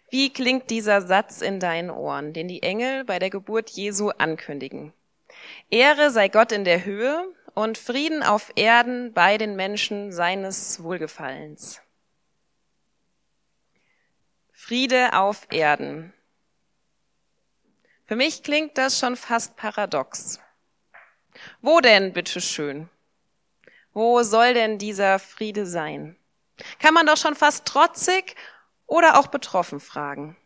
Wie klingt dieser Satz in deinen Ohren, den die Engel bei der Geburt Jesu ankündigen? Ehre sei Gott in der Höhe und Frieden auf Erden bei den Menschen seines Wohlgefallens. Friede auf Erden. Für mich klingt das schon fast paradox. Wo denn, bitteschön? Wo soll denn dieser Friede sein? Kann man doch schon fast trotzig oder auch betroffen fragen.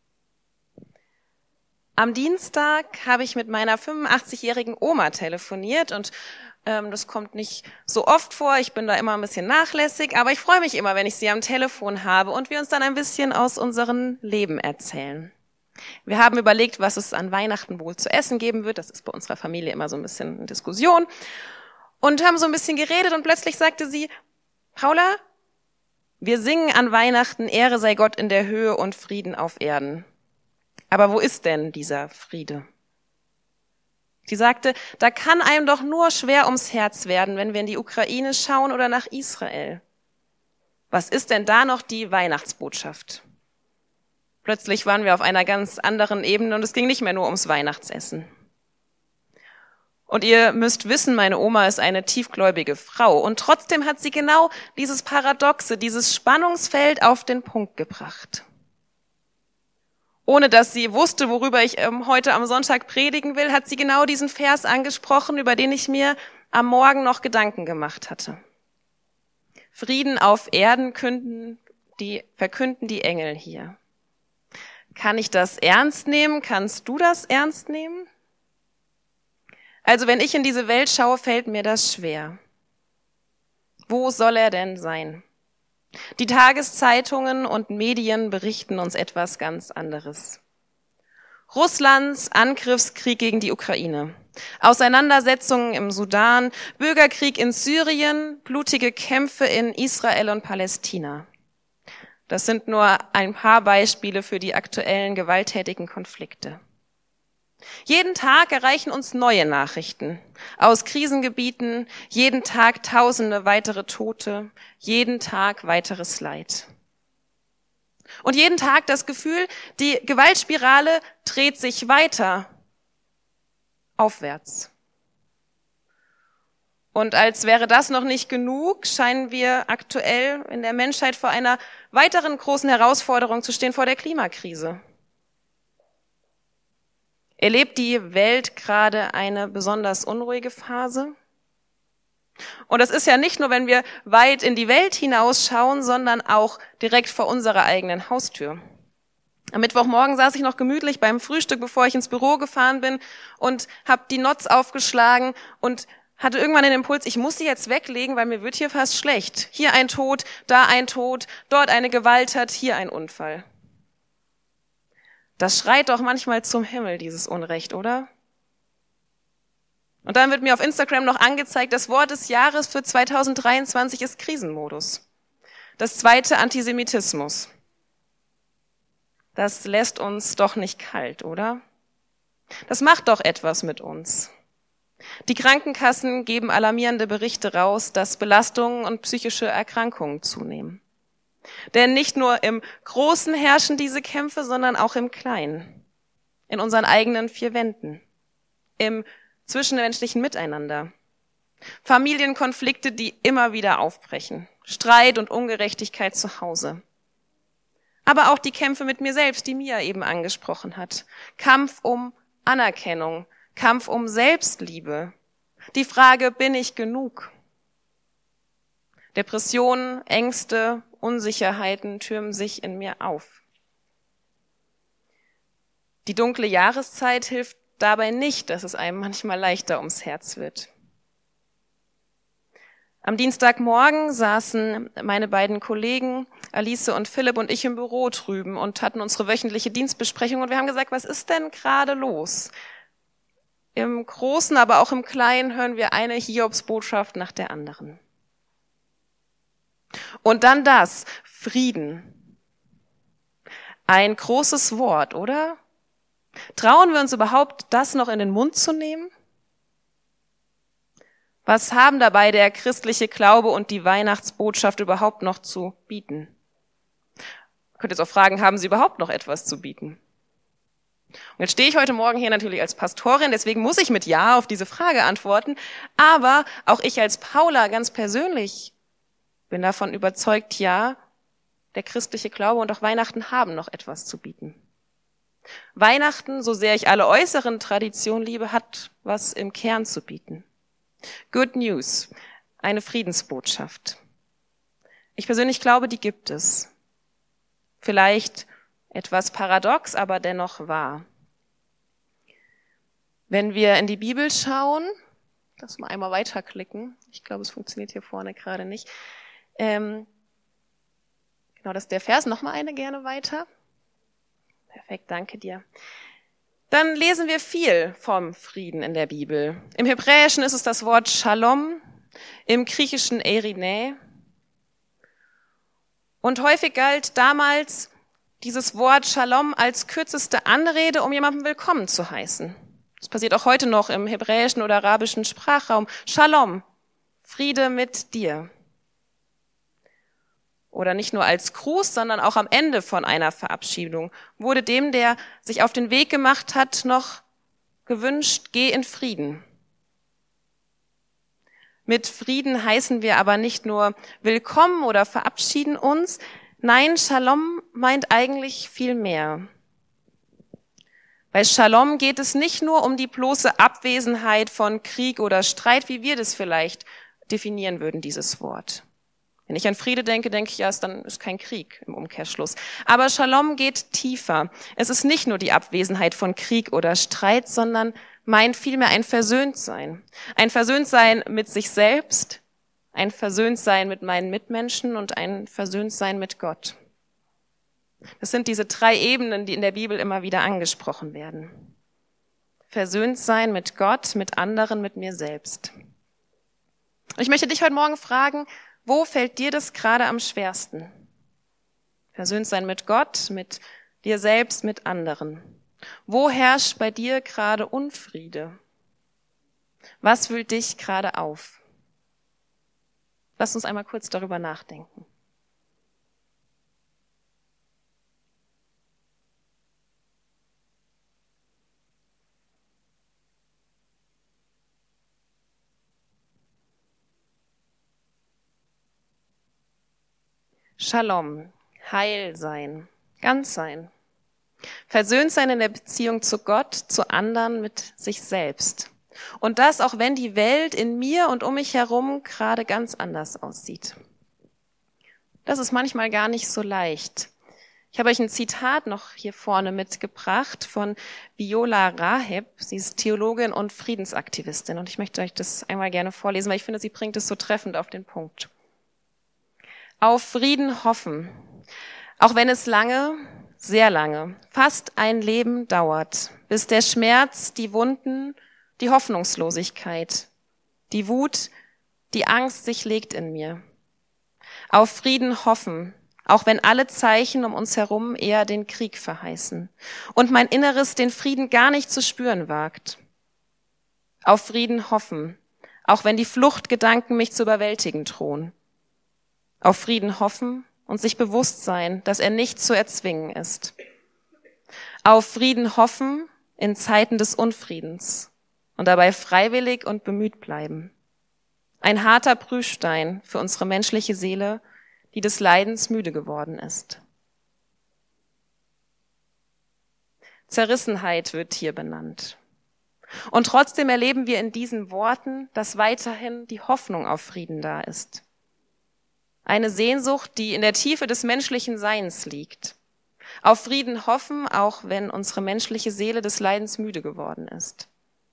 Am Dienstag habe ich mit meiner 85-jährigen Oma telefoniert und das kommt nicht so oft vor. Ich bin da immer ein bisschen nachlässig, aber ich freue mich immer, wenn ich sie am Telefon habe und wir uns dann ein bisschen aus unserem Leben erzählen. Wir haben überlegt, was es an Weihnachten wohl zu essen geben wird. Das ist bei unserer Familie immer so ein bisschen eine Diskussion. Und haben so ein bisschen geredet und plötzlich sagte sie, Paula, wir singen an Weihnachten, Ehre sei Gott in der Höhe und Frieden auf Erden. Aber wo ist denn dieser Friede? Sie sagte, da kann einem doch nur schwer ums Herz werden, wenn wir in die Ukraine schauen oder nach Israel. Was ist denn da noch die Weihnachtsbotschaft? Plötzlich waren wir auf einer ganz anderen Ebene und es ging nicht mehr nur ums Weihnachtsessen. Und ihr müsst wissen, meine Oma ist eine tiefgläubige Frau und trotzdem hat sie genau dieses Paradoxe, dieses Spannungsfeld auf den Punkt gebracht. Ohne dass sie wusste, worüber ich heute am Sonntag predigen will, hat sie genau diesen Vers angesprochen, über den ich mir am Morgen noch Gedanken gemacht hatte. Frieden auf Erden verkünden die Engel hier. Kann ich das ernst nehmen? Kannst du das ernst nehmen? Also wenn ich in diese Welt schaue, fällt mir das schwer. Wo soll er denn sein? Die Tageszeitungen und Medien berichten uns etwas ganz anderes. Russlands Angriffskrieg gegen die Ukraine, Auseinandersetzungen im Sudan, Bürgerkrieg in Syrien, blutige Kämpfe in Israel und Palästina. Das sind nur ein paar Beispiele für die aktuellen gewalttätigen Konflikte. Jeden Tag erreichen uns neue Nachrichten aus Krisengebieten, jeden Tag Tausende weitere Tote, jeden Tag weiteres Leid. Und jeden Tag das Gefühl, die Gewaltspirale dreht sich weiter aufwärts. Und als wäre das noch nicht genug, scheinen wir aktuell in der Menschheit vor einer weiteren großen Herausforderung zu stehen, vor der Klimakrise. Erlebt die Welt gerade eine besonders unruhige Phase? Und das ist ja nicht nur, wenn wir weit in die Welt hinausschauen, sondern auch direkt vor unserer eigenen Haustür. Am Mittwochmorgen saß ich noch gemütlich beim Frühstück, bevor ich ins Büro gefahren bin und habe die Notes aufgeschlagen und hatte irgendwann den Impuls, ich muss sie jetzt weglegen, weil mir wird hier fast schlecht. Hier ein Tod, da ein Tod, dort eine Gewalttat, hier ein Unfall. Das schreit doch manchmal zum Himmel, dieses Unrecht, oder? Und dann wird mir auf Instagram noch angezeigt, das Wort des Jahres für 2023 ist Krisenmodus. Das zweite Antisemitismus. Das lässt uns doch nicht kalt, oder? Das macht doch etwas mit uns. Die Krankenkassen geben alarmierende Berichte raus, dass Belastungen und psychische Erkrankungen zunehmen. Denn nicht nur im Großen herrschen diese Kämpfe, sondern auch im Kleinen, in unseren eigenen vier Wänden, im zwischenmenschlichen Miteinander. Familienkonflikte, die immer wieder aufbrechen, Streit und Ungerechtigkeit zu Hause. Aber auch die Kämpfe mit mir selbst, die Mia eben angesprochen hat. Kampf um Anerkennung, Kampf um Selbstliebe. Die Frage, bin ich genug? Depressionen, Ängste, Unsicherheiten türmen sich in mir auf. Die dunkle Jahreszeit hilft dabei nicht, dass es einem manchmal leichter ums Herz wird. Am Dienstagmorgen saßen meine beiden Kollegen, Alice und Philipp und ich im Büro drüben und hatten unsere wöchentliche Dienstbesprechung und wir haben gesagt, was ist denn gerade los? Im Großen, aber auch im Kleinen hören wir eine Hiobsbotschaft nach der anderen. Und dann das, Frieden. Ein großes Wort, oder? Trauen wir uns überhaupt, das noch in den Mund zu nehmen? Was haben dabei der christliche Glaube und die Weihnachtsbotschaft überhaupt noch zu bieten? Könnt jetzt auch fragen, haben sie überhaupt noch etwas zu bieten? Und jetzt stehe ich heute Morgen hier natürlich als Pastorin, deswegen muss ich mit Ja auf diese Frage antworten. Aber auch ich als Paula ganz persönlich bin davon überzeugt, ja, der christliche Glaube und auch Weihnachten haben noch etwas zu bieten. Weihnachten, so sehr ich alle äußeren Traditionen liebe, hat was im Kern zu bieten. Good News, eine Friedensbotschaft. Ich persönlich glaube, die gibt es. Vielleicht etwas paradox, aber dennoch wahr. Wenn wir in die Bibel schauen, lass mal einmal weiterklicken. Ich glaube, es funktioniert hier vorne gerade nicht. Genau, das ist der Vers. Nochmal eine gerne weiter. Perfekt, danke dir. Dann lesen wir viel vom Frieden in der Bibel. Im Hebräischen ist es das Wort Shalom, im Griechischen Eirene. Und häufig galt damals dieses Wort Shalom als kürzeste Anrede, um jemanden willkommen zu heißen. Das passiert auch heute noch im hebräischen oder arabischen Sprachraum. Shalom, Friede mit dir. Oder nicht nur als Gruß, sondern auch am Ende von einer Verabschiedung wurde dem, der sich auf den Weg gemacht hat, noch gewünscht, geh in Frieden. Mit Frieden heißen wir aber nicht nur willkommen oder verabschieden uns. Nein, Shalom meint eigentlich viel mehr. Bei Shalom geht es nicht nur um die bloße Abwesenheit von Krieg oder Streit, wie wir das vielleicht definieren würden, dieses Wort. Wenn ich an Friede denke, denke ich, ja, dann ist kein Krieg im Umkehrschluss. Aber Shalom geht tiefer. Es ist nicht nur die Abwesenheit von Krieg oder Streit, sondern meint vielmehr ein Versöhntsein. Ein Versöhntsein mit sich selbst, ein Versöhntsein mit meinen Mitmenschen und ein Versöhntsein mit Gott. Das sind diese 3 Ebenen, die in der Bibel immer wieder angesprochen werden. Versöhntsein mit Gott, mit anderen, mit mir selbst. Und ich möchte dich heute Morgen fragen, wo fällt dir das gerade am schwersten? Versöhntsein mit Gott, mit dir selbst, mit anderen. Wo herrscht bei dir gerade Unfriede? Was wühlt dich gerade auf? Lass uns einmal kurz darüber nachdenken. Shalom, Heil sein, ganz sein. Versöhnt sein in der Beziehung zu Gott, zu anderen, mit sich selbst. Und das, auch wenn die Welt in mir und um mich herum gerade ganz anders aussieht. Das ist manchmal gar nicht so leicht. Ich habe euch ein Zitat noch hier vorne mitgebracht von Viola Raheb. Sie ist Theologin und Friedensaktivistin. Und ich möchte euch das einmal gerne vorlesen, weil ich finde, sie bringt es so treffend auf den Punkt. Auf Frieden hoffen, auch wenn es lange, sehr lange, fast ein Leben dauert, bis der Schmerz, die Wunden, die Hoffnungslosigkeit, die Wut, die Angst sich legt in mir. Auf Frieden hoffen, auch wenn alle Zeichen um uns herum eher den Krieg verheißen und mein Inneres den Frieden gar nicht zu spüren wagt. Auf Frieden hoffen, auch wenn die Fluchtgedanken mich zu überwältigen drohen. Auf Frieden hoffen und sich bewusst sein, dass er nicht zu erzwingen ist. Auf Frieden hoffen in Zeiten des Unfriedens und dabei freiwillig und bemüht bleiben. Ein harter Prüfstein für unsere menschliche Seele, die des Leidens müde geworden ist. Zerrissenheit wird hier benannt. Und trotzdem erleben wir in diesen Worten, dass weiterhin die Hoffnung auf Frieden da ist. Eine Sehnsucht, die in der Tiefe des menschlichen Seins liegt. Auf Frieden hoffen, auch wenn unsere menschliche Seele des Leidens müde geworden ist.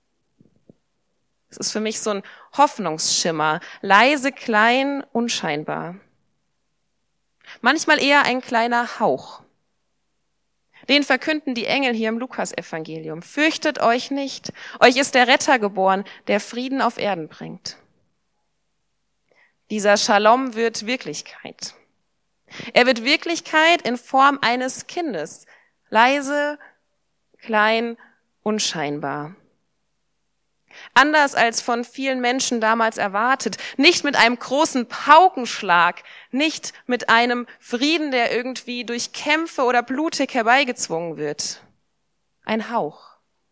Es ist für mich so ein Hoffnungsschimmer, leise, klein, unscheinbar. Manchmal eher ein kleiner Hauch. Den verkünden die Engel hier im Lukasevangelium. Fürchtet euch nicht, euch ist der Retter geboren, der Frieden auf Erden bringt. Dieser Shalom wird Wirklichkeit. Er wird Wirklichkeit in Form eines Kindes, leise, klein, unscheinbar. Anders als von vielen Menschen damals erwartet. Nicht mit einem großen Paukenschlag, nicht mit einem Frieden, der irgendwie durch Kämpfe oder blutig herbeigezwungen wird. Ein Hauch.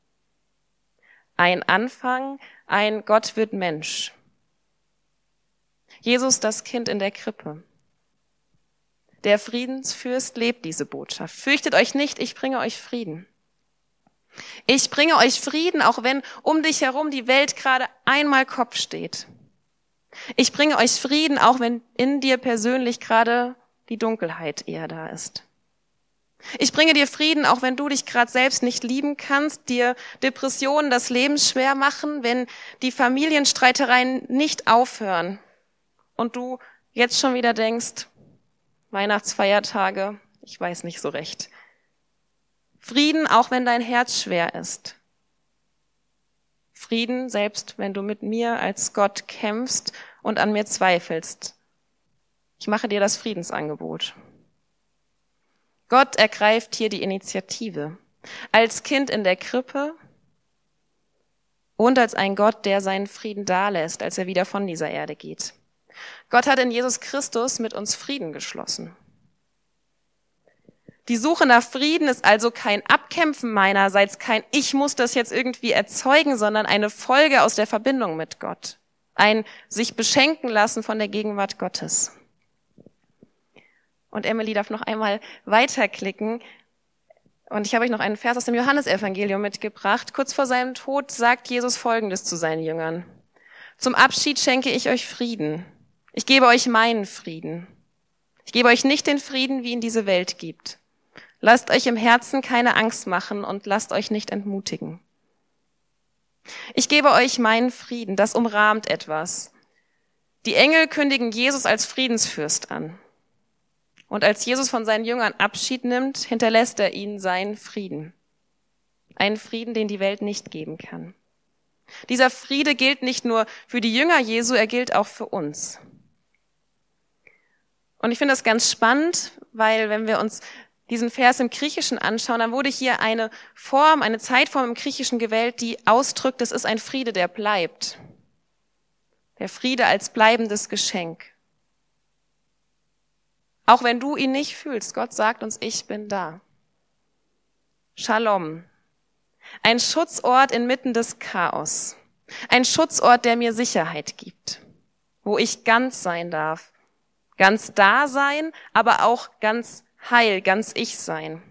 Ein Anfang, ein Gott wird Mensch. Jesus, das Kind in der Krippe. Der Friedensfürst lebt diese Botschaft. Fürchtet euch nicht, ich bringe euch Frieden. Ich bringe euch Frieden, auch wenn um dich herum die Welt gerade einmal Kopf steht. Ich bringe euch Frieden, auch wenn in dir persönlich gerade die Dunkelheit eher da ist. Ich bringe dir Frieden, auch wenn du dich gerade selbst nicht lieben kannst, dir Depressionen das Leben schwer machen, wenn die Familienstreitereien nicht aufhören und du jetzt schon wieder denkst, Weihnachtsfeiertage, ich weiß nicht so recht. Frieden, auch wenn dein Herz schwer ist. Frieden, selbst wenn du mit mir als Gott kämpfst und an mir zweifelst. Ich mache dir das Friedensangebot. Gott ergreift hier die Initiative. Als Kind in der Krippe und als ein Gott, der seinen Frieden dalässt, als er wieder von dieser Erde geht. Gott hat in Jesus Christus mit uns Frieden geschlossen. Die Suche nach Frieden ist also kein Abkämpfen meinerseits, kein Ich muss das jetzt irgendwie erzeugen, sondern eine Folge aus der Verbindung mit Gott. Ein sich beschenken lassen von der Gegenwart Gottes. Und Emily darf noch einmal weiterklicken. Und ich habe euch noch einen Vers aus dem Johannesevangelium mitgebracht. Kurz vor seinem Tod sagt Jesus Folgendes zu seinen Jüngern. Zum Abschied schenke ich euch Frieden. Ich gebe euch meinen Frieden. Ich gebe euch nicht den Frieden, wie ihn diese Welt gibt. Lasst euch im Herzen keine Angst machen und lasst euch nicht entmutigen. Ich gebe euch meinen Frieden, das umrahmt etwas. Die Engel kündigen Jesus als Friedensfürst an. Und als Jesus von seinen Jüngern Abschied nimmt, hinterlässt er ihnen seinen Frieden. Einen Frieden, den die Welt nicht geben kann. Dieser Friede gilt nicht nur für die Jünger Jesu, er gilt auch für uns. Und ich finde das ganz spannend, weil wenn wir uns diesen Vers im Griechischen anschauen, dann wurde hier eine Form, eine Zeitform im Griechischen gewählt, die ausdrückt, es ist ein Friede, der bleibt. Der Friede als bleibendes Geschenk. Auch wenn du ihn nicht fühlst, Gott sagt uns, ich bin da. Shalom. Ein Schutzort inmitten des Chaos. Ein Schutzort, der mir Sicherheit gibt. Wo ich ganz sein darf. Ganz da sein, aber auch ganz heil, ganz ich sein.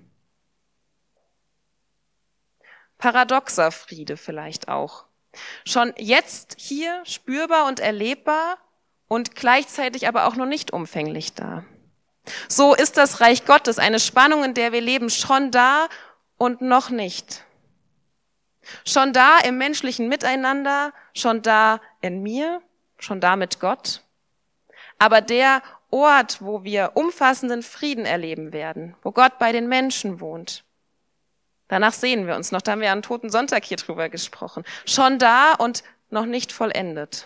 Paradoxer Friede vielleicht auch. Schon jetzt hier spürbar und erlebbar und gleichzeitig aber auch noch nicht umfänglich da. So ist das Reich Gottes, eine Spannung, in der wir leben, schon da und noch nicht. Schon da im menschlichen Miteinander, schon da in mir, schon da mit Gott. Aber der Ort, wo wir umfassenden Frieden erleben werden, wo Gott bei den Menschen wohnt, danach sehen wir uns noch, da haben wir am Toten Sonntag hier drüber gesprochen. Schon da und noch nicht vollendet.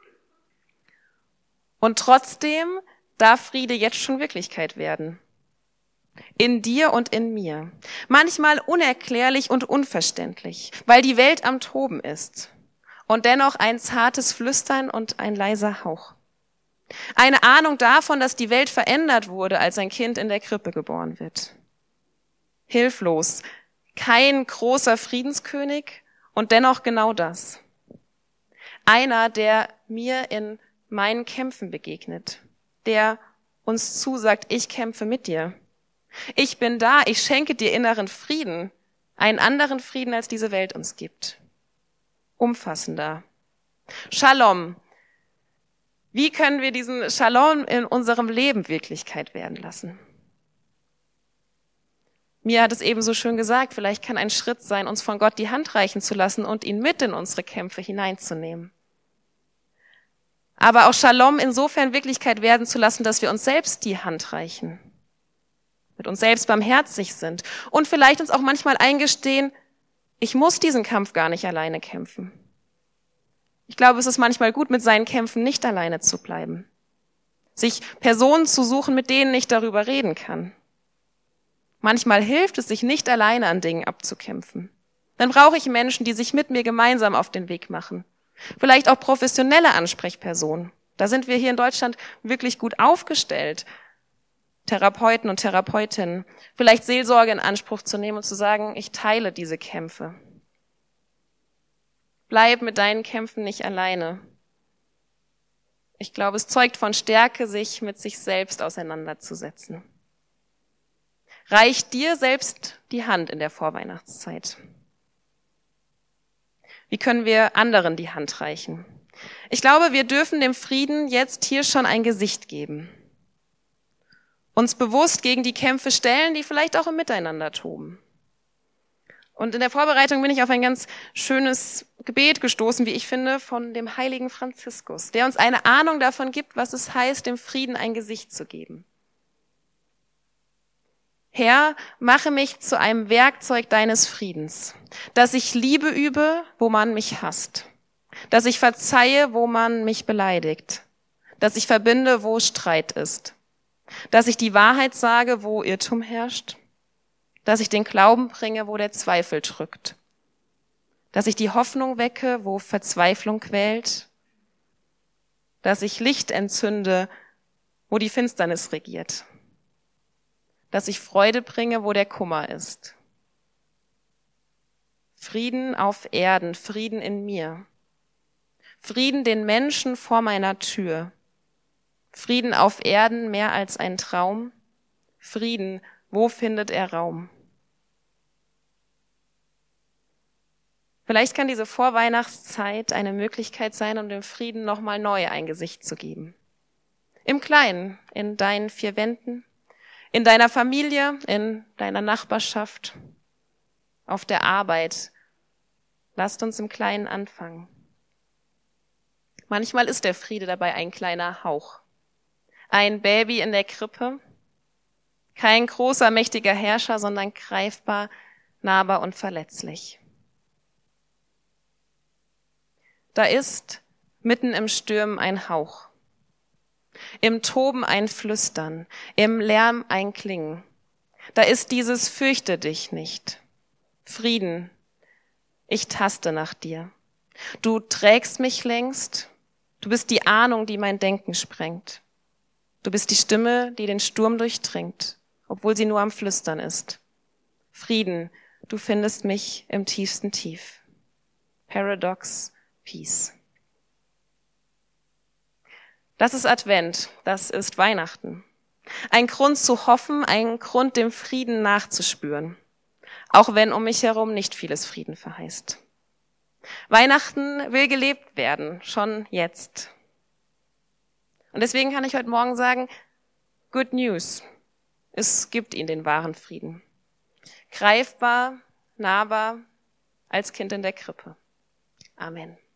Und trotzdem darf Friede jetzt schon Wirklichkeit werden. In dir und in mir. Manchmal unerklärlich und unverständlich, weil die Welt am Toben ist. Und dennoch ein zartes Flüstern und ein leiser Hauch. Eine Ahnung davon, dass die Welt verändert wurde, als ein Kind in der Krippe geboren wird. Hilflos. Kein großer Friedenskönig und dennoch genau das. Einer, der mir in meinen Kämpfen begegnet. Der uns zusagt, ich kämpfe mit dir. Ich bin da, ich schenke dir inneren Frieden, einen anderen Frieden, als diese Welt uns gibt. Umfassender. Shalom. Wie können wir diesen Shalom in unserem Leben Wirklichkeit werden lassen? Mir hat es eben so schön gesagt, vielleicht kann ein Schritt sein, uns von Gott die Hand reichen zu lassen und ihn mit in unsere Kämpfe hineinzunehmen. Aber auch Shalom insofern Wirklichkeit werden zu lassen, dass wir uns selbst die Hand reichen, mit uns selbst barmherzig sind und vielleicht uns auch manchmal eingestehen, ich muss diesen Kampf gar nicht alleine kämpfen. Ich glaube, es ist manchmal gut, mit seinen Kämpfen nicht alleine zu bleiben, sich Personen zu suchen, mit denen ich darüber reden kann. Manchmal hilft es, sich nicht alleine an Dingen abzukämpfen. Dann brauche ich Menschen, die sich mit mir gemeinsam auf den Weg machen. Vielleicht auch professionelle Ansprechpersonen. Da sind wir hier in Deutschland wirklich gut aufgestellt. Therapeuten und Therapeutinnen. Vielleicht Seelsorge in Anspruch zu nehmen und zu sagen, ich teile diese Kämpfe. Bleib mit deinen Kämpfen nicht alleine. Ich glaube, es zeugt von Stärke, sich mit sich selbst auseinanderzusetzen. Reich dir selbst die Hand in der Vorweihnachtszeit. Wie können wir anderen die Hand reichen? Ich glaube, wir dürfen dem Frieden jetzt hier schon ein Gesicht geben. Uns bewusst gegen die Kämpfe stellen, die vielleicht auch im Miteinander toben. Und in der Vorbereitung bin ich auf ein ganz schönes Gebet gestoßen, wie ich finde, von dem heiligen Franziskus, der uns eine Ahnung davon gibt, was es heißt, dem Frieden ein Gesicht zu geben. Herr, mache mich zu einem Werkzeug deines Friedens, dass ich Liebe übe, wo man mich hasst, dass ich verzeihe, wo man mich beleidigt, dass ich verbinde, wo Streit ist, dass ich die Wahrheit sage, wo Irrtum herrscht, dass ich den Glauben bringe, wo der Zweifel drückt, dass ich die Hoffnung wecke, wo Verzweiflung quält, dass ich Licht entzünde, wo die Finsternis regiert, dass ich Freude bringe, wo der Kummer ist. Frieden auf Erden, Frieden in mir. Frieden den Menschen vor meiner Tür. Frieden auf Erden mehr als ein Traum. Frieden, wo findet er Raum? Vielleicht kann diese Vorweihnachtszeit eine Möglichkeit sein, um dem Frieden nochmal neu ein Gesicht zu geben. Im Kleinen, in deinen vier Wänden, in deiner Familie, in deiner Nachbarschaft, auf der Arbeit. Lasst uns im Kleinen anfangen. Manchmal ist der Friede dabei ein kleiner Hauch. Ein Baby in der Krippe. Kein großer, mächtiger Herrscher, sondern greifbar, nahbar und verletzlich. Da ist mitten im Stürmen ein Hauch. Im Toben ein Flüstern, im Lärm ein Klingen. Da ist dieses Fürchte dich nicht. Frieden, ich taste nach dir. Du trägst mich längst, du bist die Ahnung, die mein Denken sprengt. Du bist die Stimme, die den Sturm durchdringt, obwohl sie nur am Flüstern ist. Frieden, du findest mich im tiefsten Tief. Paradox, Peace. Das ist Advent, das ist Weihnachten. Ein Grund zu hoffen, ein Grund, dem Frieden nachzuspüren. Auch wenn um mich herum nicht vieles Frieden verheißt. Weihnachten will gelebt werden, schon jetzt. Und deswegen kann ich heute Morgen sagen, good news. Es gibt ihn, den wahren Frieden. Greifbar, nahbar, als Kind in der Krippe. Amen.